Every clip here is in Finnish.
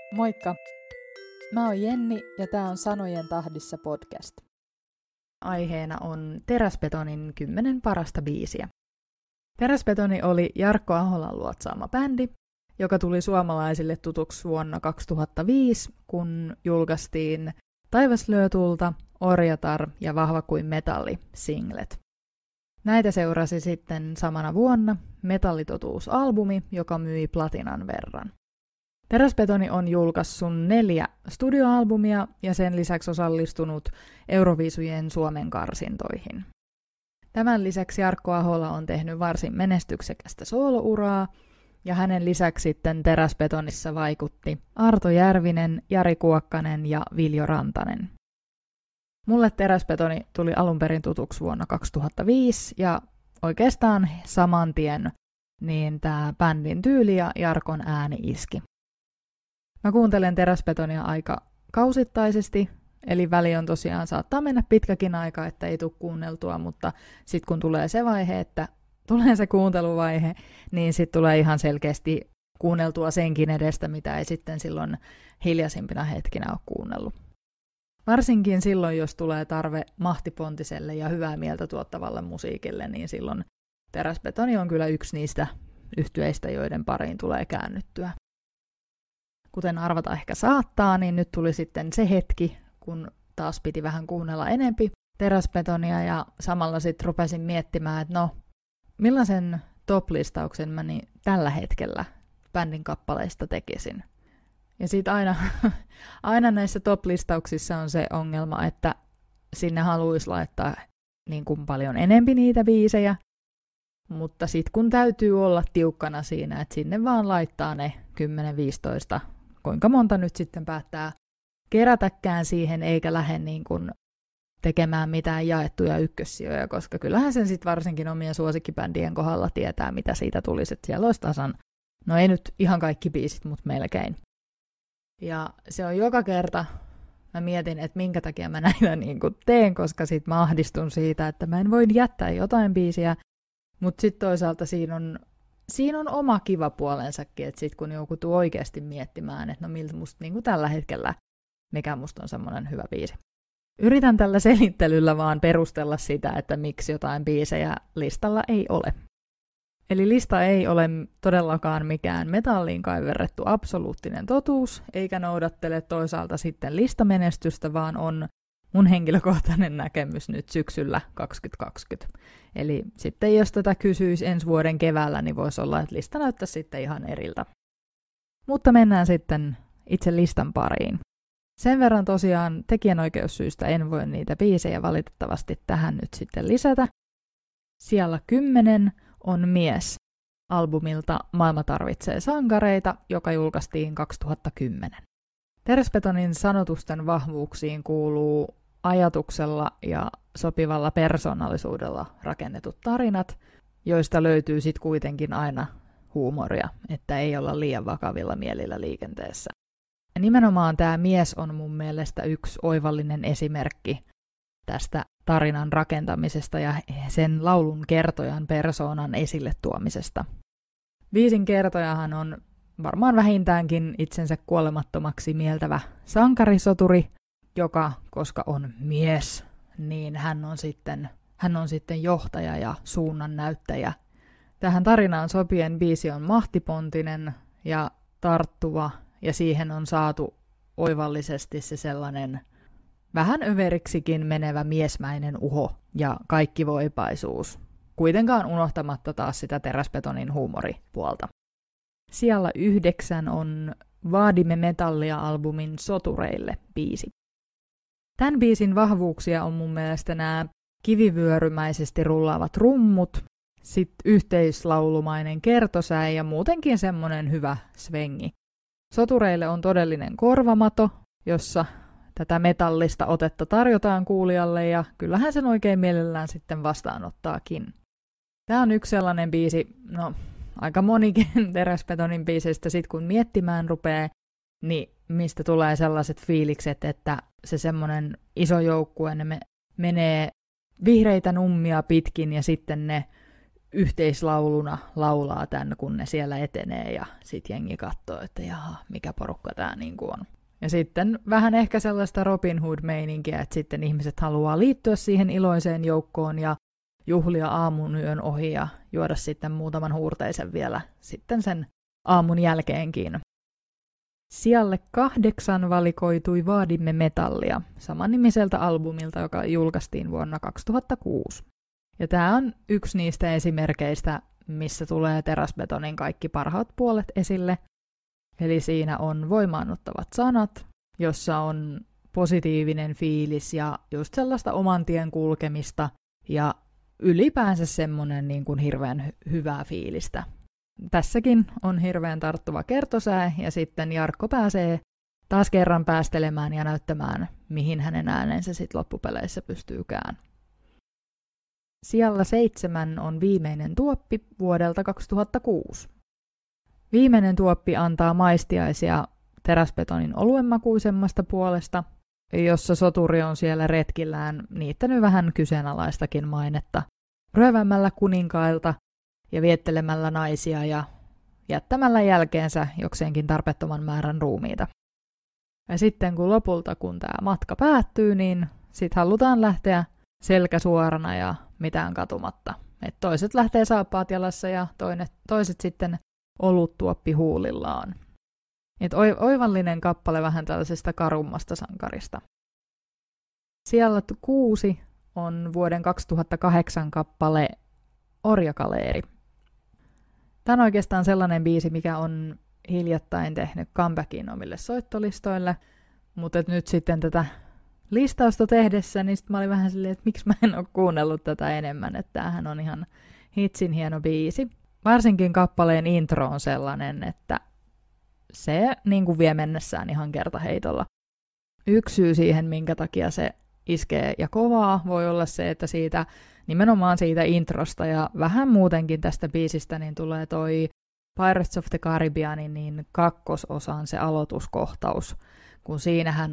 Moikka! Mä oon Jenni ja tää on Sanojen tahdissa podcast. Aiheena on Teräsbetonin 10 parasta biisiä. Teräsbetoni oli Jarkko Aholan luotsaama bändi, joka tuli suomalaisille tutuksi vuonna 2005, kun julkaistiin Taivas lyö tulta, Orjatar ja Vahva kuin metalli -singlet. Näitä seurasi sitten samana vuonna Metallitotuus-albumi, joka myi platinan verran. Teräsbetoni on julkaissut 4 studioalbumia ja sen lisäksi osallistunut Euroviisujen Suomen karsintoihin. Tämän lisäksi Jarkko Ahola on tehnyt varsin menestyksekästä soolouraa, ja hänen lisäksi sitten Teräsbetonissa vaikutti Arto Järvinen, Jari Kuokkanen ja Viljo Rantanen. Mulle Teräsbetoni tuli alun perin tutuksi vuonna 2005, ja oikeastaan saman tien niin tämä bändin tyyli ja Jarkon ääni iski. Mä kuuntelen Teräsbetonia aika kausittaisesti, eli väli on tosiaan saattaa mennä pitkäkin aika, että ei tule kuunneltua, mutta sitten kun tulee se vaihe, että tulee se kuunteluvaihe, niin sitten tulee ihan selkeästi kuunneltua senkin edestä, mitä ei sitten silloin hiljaisimpina hetkinä ole kuunnellut. Varsinkin silloin, jos tulee tarve mahtipontiselle ja hyvää mieltä tuottavalle musiikille, niin silloin Teräsbetoni on kyllä yksi niistä yhtyeistä, joiden pariin tulee käännyttyä. Kuten arvata ehkä saattaa, niin nyt tuli sitten se hetki, kun taas piti vähän kuunnella enempi Teräsbetonia ja samalla sitten rupesin miettimään, että no, millaisen top-listauksen mä niin tällä hetkellä bändin kappaleista tekisin. Ja sitten aina näissä top-listauksissa on se ongelma, että sinne haluaisi laittaa niin kuin paljon enempi niitä biisejä, mutta sitten kun täytyy olla tiukkana siinä, että sinne vaan laittaa ne 10-15, kuinka monta nyt sitten päättää kerätäkään siihen, eikä lähde niin kuin tekemään mitään jaettuja ykkössijoja, koska kyllähän sen sitten varsinkin omien suosikkibändien kohdalla tietää, mitä siitä tulisi, että siellä olisi tasan, no ei nyt ihan kaikki biisit, mutta melkein. Ja se on joka kerta, mä mietin, että minkä takia mä näitä niin kuin teen, koska sit mä ahdistun siitä, että mä en voi jättää jotain biisiä, mutta sitten toisaalta siinä on oma kiva puolensakin, että sitten kun joutuu oikeasti miettimään, että no miltä musta niin kuin tällä hetkellä, mikä musta on semmoinen hyvä biisi. Yritän tällä selittelyllä vaan perustella sitä, että miksi jotain biisejä listalla ei ole. Eli lista ei ole todellakaan mikään metalliin kaiverrettu absoluuttinen totuus, eikä noudattele toisaalta sitten listamenestystä, vaan on mun henkilökohtainen näkemys nyt syksyllä 2020. Eli sitten jos tätä kysyisi ensi vuoden keväällä, niin voisi olla, että lista näyttäisi sitten ihan eriltä. Mutta mennään sitten itse listan pariin. Sen verran tosiaan tekijänoikeussyistä en voi niitä biisejä valitettavasti tähän nyt sitten lisätä. Siellä 10 on Mies albumilta Maailma tarvitsee sankareita, joka julkaistiin 2010. Teräsbetonin sanotusten vahvuuksiin kuuluu ajatuksella ja sopivalla persoonallisuudella rakennetut tarinat, joista löytyy sitten kuitenkin aina huumoria, että ei olla liian vakavilla mielillä liikenteessä. Ja nimenomaan tämä Mies on mun mielestä yksi oivallinen esimerkki tästä tarinan rakentamisesta ja sen laulun kertojan persoonan esille tuomisesta. Biisin kertojahan on varmaan vähintäänkin itsensä kuolemattomaksi mieltävä sankarisoturi, joka, koska on mies, niin hän on sitten johtaja ja suunnan näyttäjä. Tähän tarinaan sopien biisi on mahtipontinen ja tarttuva, ja siihen on saatu oivallisesti se sellainen vähän överiksikin menevä miesmäinen uho ja kaikkivoipaisuus, kuitenkaan unohtamatta taas sitä Teräsbetonin huumoripuolta. Siellä 9 on Vaadimme metallia -albumin Sotureille biisi. Tämän biisin vahvuuksia on mun mielestä nämä kivivyörymäisesti rullaavat rummut, sitten yhteislaulumainen kertosää ja muutenkin semmoinen hyvä svengi. Sotureille on todellinen korvamato, jossa tätä metallista otetta tarjotaan kuulijalle ja kyllähän sen oikein mielellään sitten vastaanottaakin. Tämä on yksi sellainen biisi, no aika monikin Teräsbetonin biiseistä sit kun miettimään rupeaa, niin mistä tulee sellaiset fiilikset, että se semmoinen iso joukkue, ne menee vihreitä nummia pitkin ja sitten ne yhteislauluna laulaa tän, kun ne siellä etenee ja sit jengi katsoo, että jaha, mikä porukka tää niinku on. Ja sitten vähän ehkä sellaista Robin Hood-meininkiä, että sitten ihmiset haluaa liittyä siihen iloiseen joukkoon ja juhlia aamun yön ohi ja juoda sitten muutaman huurteisen vielä sitten sen aamun jälkeenkin. Sijalle 8 valikoitui Vaadimme metallia, samannimiseltä albumilta, joka julkaistiin vuonna 2006. Ja tämä on yksi niistä esimerkkeistä, missä tulee Teräsbetonin kaikki parhaat puolet esille. Eli siinä on voimaannuttavat sanat, jossa on positiivinen fiilis ja just sellaista oman tien kulkemista ja ylipäänsä semmoinen niin kuin hirveän hyvää fiilistä. Tässäkin on hirveän tarttuva kertosää ja sitten Jarkko pääsee taas kerran päästelemään ja näyttämään, mihin hänen äänensä sitten loppupeleissä pystyykään. Sijalla 7 on Viimeinen tuoppi vuodelta 2006. Viimeinen tuoppi antaa maistiaisia Teräsbetonin oluenmakuisemmasta puolesta, jossa soturi on siellä retkillään niittänyt vähän kyseenalaistakin mainetta, ryövämällä kuninkailta ja viettelemällä naisia ja jättämällä jälkeensä jokseenkin tarpeettoman määrän ruumiita. Ja sitten kun tämä matka päättyy, niin sitten halutaan lähteä selkä suorana ja mitään katumatta. Et toiset lähtee saappaat jalassa ja toiset sitten oluttuoppi huulillaan. Et oivallinen kappale vähän tällaisesta karummasta sankarista. Siellä 6 on vuoden 2008 kappale Orjakaleeri. Tämä on oikeastaan sellainen biisi, mikä on hiljattain tehnyt comebackin omille soittolistoille, mutta nyt sitten tätä listausta tehdessä, niin mä olin vähän silleen, että miksi mä en ole kuunnellut tätä enemmän, että tämähän on ihan hitsin hieno biisi. Varsinkin kappaleen intro on sellainen, että se niin kuin vie mennessään ihan kertaheitolla. Yksi syy siihen, minkä takia se iskee ja kovaa, voi olla se, että nimenomaan siitä introsta ja vähän muutenkin tästä biisistä niin tulee toi Pirates of the Caribbeanin niin kakkososan se aloituskohtaus, kun siinähän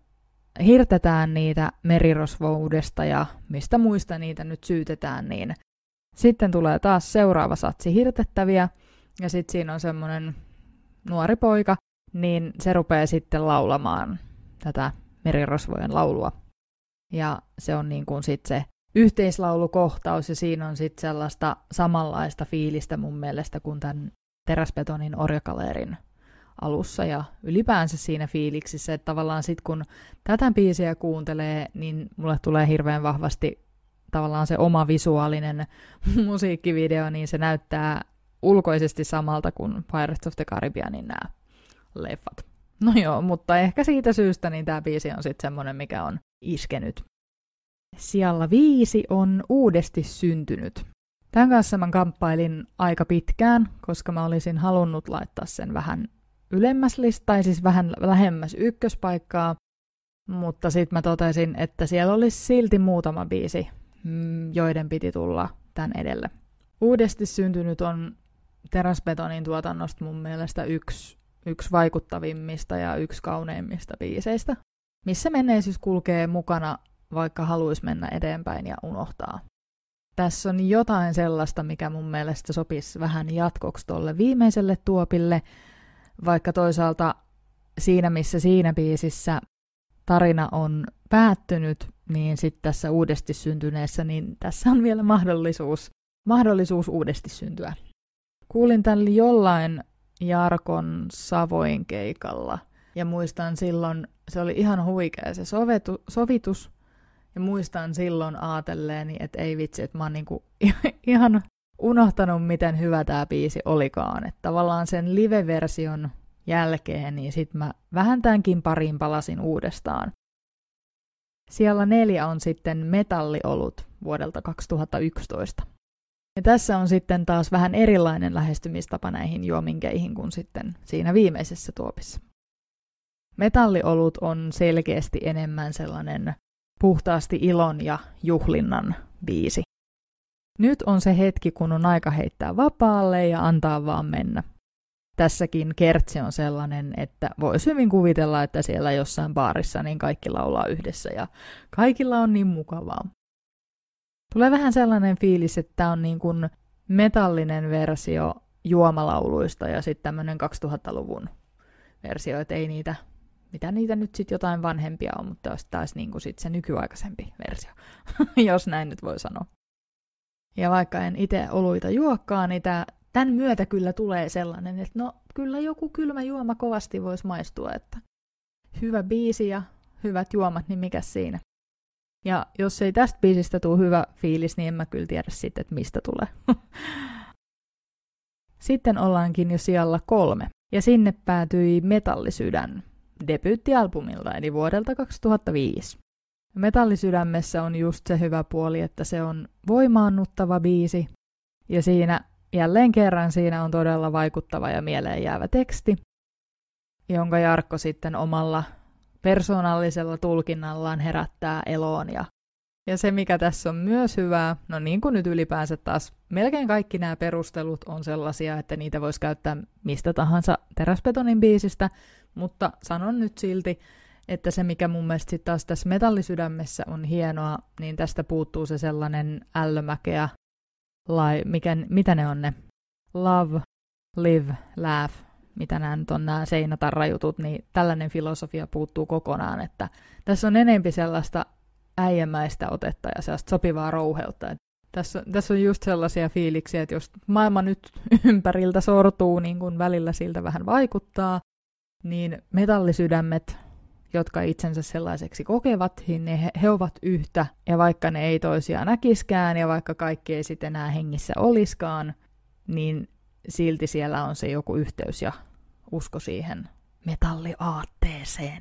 hirtetään niitä merirosvoudesta ja mistä muista niitä nyt syytetään, niin sitten tulee taas seuraava satsi hirtettäviä ja sitten siinä on semmoinen nuori poika, niin se rupeaa sitten laulamaan tätä merirosvojen laulua. Ja se on niin kuin sitten se yhteislaulukohtaus ja siinä on sitten sellaista samanlaista fiilistä mun mielestä kuin tämän Teräsbetonin Orjakaleerin alussa ja ylipäänsä siinä fiiliksissä, että tavallaan sitten kun tätä biisiä kuuntelee, niin mulle tulee hirveän vahvasti tavallaan se oma visuaalinen musiikkivideo, niin se näyttää ulkoisesti samalta kuin Pirates of the Caribbeanin nämä leffat. No joo, mutta ehkä siitä syystä niin tämä biisi on sitten semmoinen, mikä on iskenyt. Sijalla 5 on Uudesti syntynyt. Tämän kanssa mä kamppailin aika pitkään, koska mä olisin halunnut laittaa sen vähän ylemmäs listaa, siis vähän lähemmäs ykköspaikkaa, mutta sitten mä totesin, että siellä olisi silti muutama biisi, joiden piti tulla tän edelle. Uudesti syntynyt on Teräsbetonin tuotannosta mun mielestä yksi vaikuttavimmista ja yksi kauneimmista biiseistä, missä menneisyys kulkee mukana, vaikka haluaisi mennä eteenpäin ja unohtaa. Tässä on jotain sellaista, mikä mun mielestä sopisi vähän jatkoksi tolle viimeiselle tuopille, vaikka toisaalta siinä, missä siinä biisissä tarina on päättynyt, niin sitten tässä uudesti syntyneessä, niin tässä on vielä mahdollisuus uudesti syntyä. Kuulin tällä jollain Jarkon Savoin keikalla ja muistan silloin, se oli ihan huikea se sovitus ja muistan silloin aatelleeni, että ei vitsi, että mä oon niinku ihan unohtanut, miten hyvä tää biisi olikaan. Että tavallaan sen live-version jälkeen, niin sit mä vähäntäänkin pariin palasin uudestaan. Siellä 4 on sitten Metalliolut vuodelta 2011. Ja tässä on sitten taas vähän erilainen lähestymistapa näihin juominkeihin kuin sitten siinä viimeisessä tuopissa. Metalliolut on selkeästi enemmän sellainen puhtaasti ilon ja juhlinnan biisi. Nyt on se hetki, kun on aika heittää vapaalle ja antaa vaan mennä. Tässäkin kertsi on sellainen, että voisi hyvin kuvitella, että siellä jossain baarissa niin kaikki laulaa yhdessä ja kaikilla on niin mukavaa. Tulee vähän sellainen fiilis, että tämä on niin kuin metallinen versio juomalauluista ja sitten tämmöinen 2000-luvun versio, että ei niitä, mitä niitä nyt sitten jotain vanhempia on, mutta olisi taas niinku sit se nykyaikaisempi versio, jos näin nyt voi sanoa. Ja vaikka en itse oluita juokkaan, niin tämän myötä kyllä tulee sellainen, että no kyllä joku kylmä juoma kovasti voisi maistua, että hyvä biisi ja hyvät juomat, niin mikä siinä. Ja jos ei tästä biisistä tule hyvä fiilis, niin en mä kyllä tiedä sitten, että mistä tulee. Sitten ollaankin jo sijalla 3, ja sinne päätyi Metallisydän debyyttialbumilta, eli vuodelta 2005. Metallisydämessä on just se hyvä puoli, että se on voimaannuttava biisi, ja siinä jälleen kerran siinä on todella vaikuttava ja mieleen jäävä teksti, jonka Jarkko sitten omalla persoonallisella tulkinnallaan herättää eloon. Ja se, mikä tässä on myös hyvää, no niin kuin nyt ylipäänsä taas, melkein kaikki nämä perustelut on sellaisia, että niitä voisi käyttää mistä tahansa Teräsbetonin biisistä, mutta sanon nyt silti, että se, mikä mun mielestä sitten taas tässä Metallisydämessä on hienoa, niin tästä puuttuu se sellainen ällömäkeä, mitä ne on ne? Love, live, laugh, mitä nämä nyt on nämä seinätarrajutut, niin tällainen filosofia puuttuu kokonaan, että tässä on enempi sellaista äijämäistä otetta ja sellaista sopivaa rouheutta. Tässä on just sellaisia fiiliksiä, että jos maailma nyt ympäriltä sortuu, niin kuin välillä siltä vähän vaikuttaa, niin metallisydämet, jotka itsensä sellaiseksi kokevat, niin he ovat yhtä, ja vaikka ne ei toisiaan näkiskään, ja vaikka kaikki ei sitten enää hengissä oliskaan, niin silti siellä on se joku yhteys ja usko siihen metalliaatteeseen.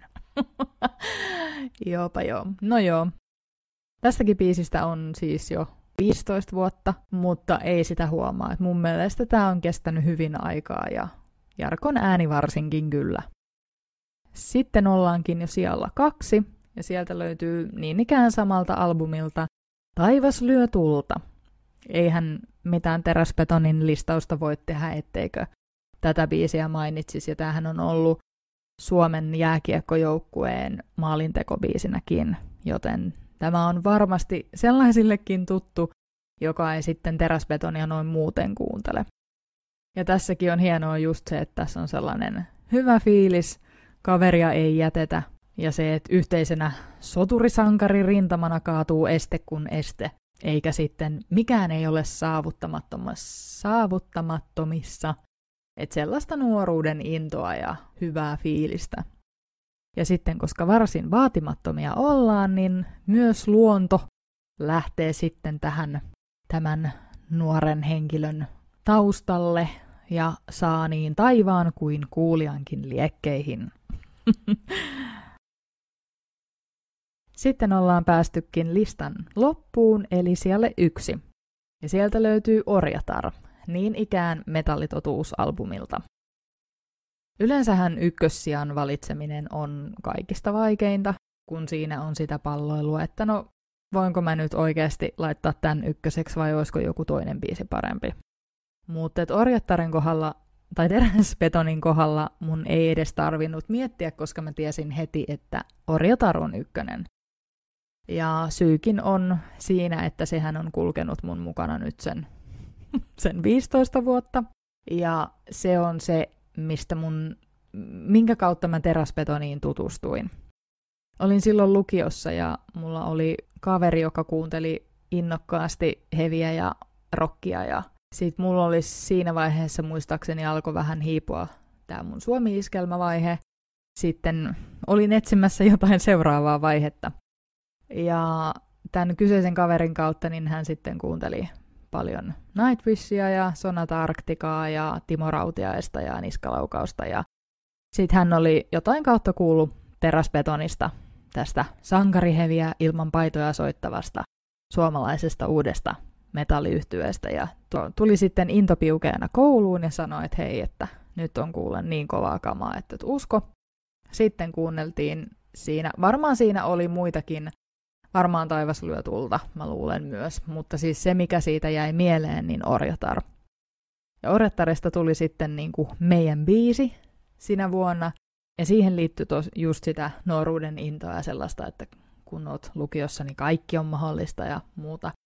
Joopa joo. No joo. Tästäkin biisistä on siis jo 15 vuotta, mutta ei sitä huomaa. Et mun mielestä tää on kestänyt hyvin aikaa ja Jarkon ääni varsinkin kyllä. Sitten ollaankin jo sijalla 2 ja sieltä löytyy niin ikään samalta albumilta Taivas lyö tulta. Eihän mitään Teräsbetonin listausta voi tehdä, etteikö tätä biisiä mainitsisi. Ja tämähän on ollut Suomen jääkiekkojoukkueen maalintekobiisinäkin, joten tämä on varmasti sellaisillekin tuttu, joka ei sitten Teräsbetonia noin muuten kuuntele. Ja tässäkin on hienoa just se, että tässä on sellainen hyvä fiilis, kaveria ei jätetä, ja se, että yhteisenä soturisankari rintamana kaatuu este kun este, eikä sitten mikään ei ole saavuttamattomissa, että sellaista nuoruuden intoa ja hyvää fiilistä. Ja sitten, koska varsin vaatimattomia ollaan, niin myös luonto lähtee sitten tämän nuoren henkilön taustalle ja saa niin taivaan kuin kuulijankin liekkeihin. Sitten ollaan päästykin listan loppuun, eli siellä 1. Ja sieltä löytyy Orjatar, niin ikään Metallitotuus-albumilta. Yleensähän ykkössijan valitseminen on kaikista vaikeinta, kun siinä on sitä palloilua, että no voinko mä nyt oikeasti laittaa tämän ykköseksi vai olisiko joku toinen biisi parempi. Mutta Orjattaren kohdalla tai Teräsbetonin kohdalla mun ei edes tarvinnut miettiä, koska mä tiesin heti, että Orjatar on ykkönen. Ja syykin on siinä, että sehän on kulkenut mun mukana nyt sen 15 vuotta. Ja se on se, minkä kautta mä Teräsbetoniin tutustuin. Olin silloin lukiossa ja mulla oli kaveri, joka kuunteli innokkaasti heviä ja rockia. Ja sit mulla oli siinä vaiheessa muistaakseni alkoi vähän hiipua tää mun Suomi-iskelmävaihe. Sitten olin etsimässä jotain seuraavaa vaihetta. Ja tämän kyseisen kaverin kautta niin hän sitten kuunteli paljon Nightwishia ja Sonata Arcticaa ja Timo Rautiaista ja Niskalaukausta. Ja sitten hän oli jotain kautta kuullut Teräsbetonista, tästä sankariheviä ilman paitoja soittavasta suomalaisesta uudesta metalliyhtyeestä. Ja tuli sitten intopiukeena kouluun ja sanoi, että hei, että nyt on kuulen niin kovaa kamaa, että usko. Sitten kuunneltiin varmaan siinä oli muitakin, varmaan Taivas lyö tulta, mä luulen myös, mutta siis se, mikä siitä jäi mieleen, niin Orjatar. Ja Orjattarista tuli sitten niin kuin meidän biisi sinä vuonna, ja siihen liittyi just sitä nuoruuden intoa ja sellaista, että kun oot lukiossa, niin kaikki on mahdollista ja muuta.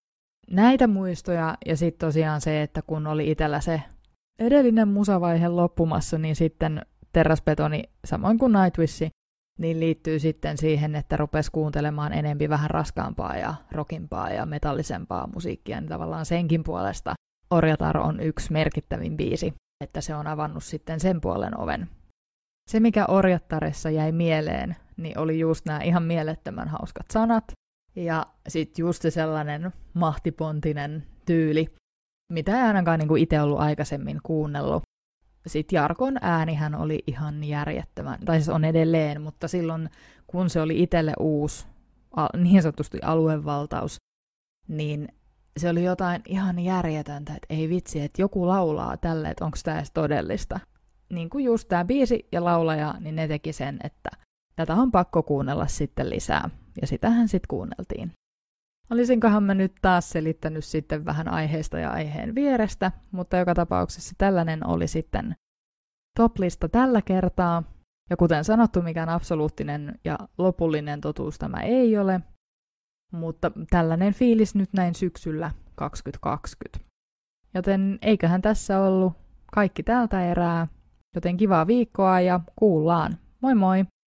näitä muistoja ja sitten tosiaan se, että kun oli itsellä se edellinen musavaihe loppumassa, niin sitten Terraspetoni, samoin kuin Nightwish, niin liittyy sitten siihen, että rupesi kuuntelemaan enempi vähän raskaampaa ja rockimpaa ja metallisempaa musiikkia, niin tavallaan senkin puolesta Orjatar on yksi merkittävin biisi, että se on avannut sitten sen puolen oven. Se, mikä Orjattaressa jäi mieleen, niin oli just nämä ihan mielettömän hauskat sanat, ja sitten just se sellainen mahtipontinen tyyli, mitä ei ainakaan niin kuin itse ollut aikaisemmin kuunnellut. Sitten Jarkon äänihän oli ihan järjettömän, tai siis on edelleen, mutta silloin kun se oli itselle uusi, niin sanotusti aluevaltaus, niin se oli jotain ihan järjetöntä, että ei vitsi, että joku laulaa tälle, että onko tämä edes todellista. Niin kuin just tämä biisi ja laulaja, niin ne teki sen, että tätä on pakko kuunnella sitten lisää, ja sitähän sitten kuunneltiin. Olisinkohan mä nyt taas selittänyt sitten vähän aiheesta ja aiheen vierestä, mutta joka tapauksessa tällainen oli sitten top-lista tällä kertaa. Ja kuten sanottu, mikään absoluuttinen ja lopullinen totuus tämä ei ole, mutta tällainen fiilis nyt näin syksyllä 2020. Joten eiköhän tässä ollut kaikki tältä erää, joten kivaa viikkoa ja kuullaan. Moi moi!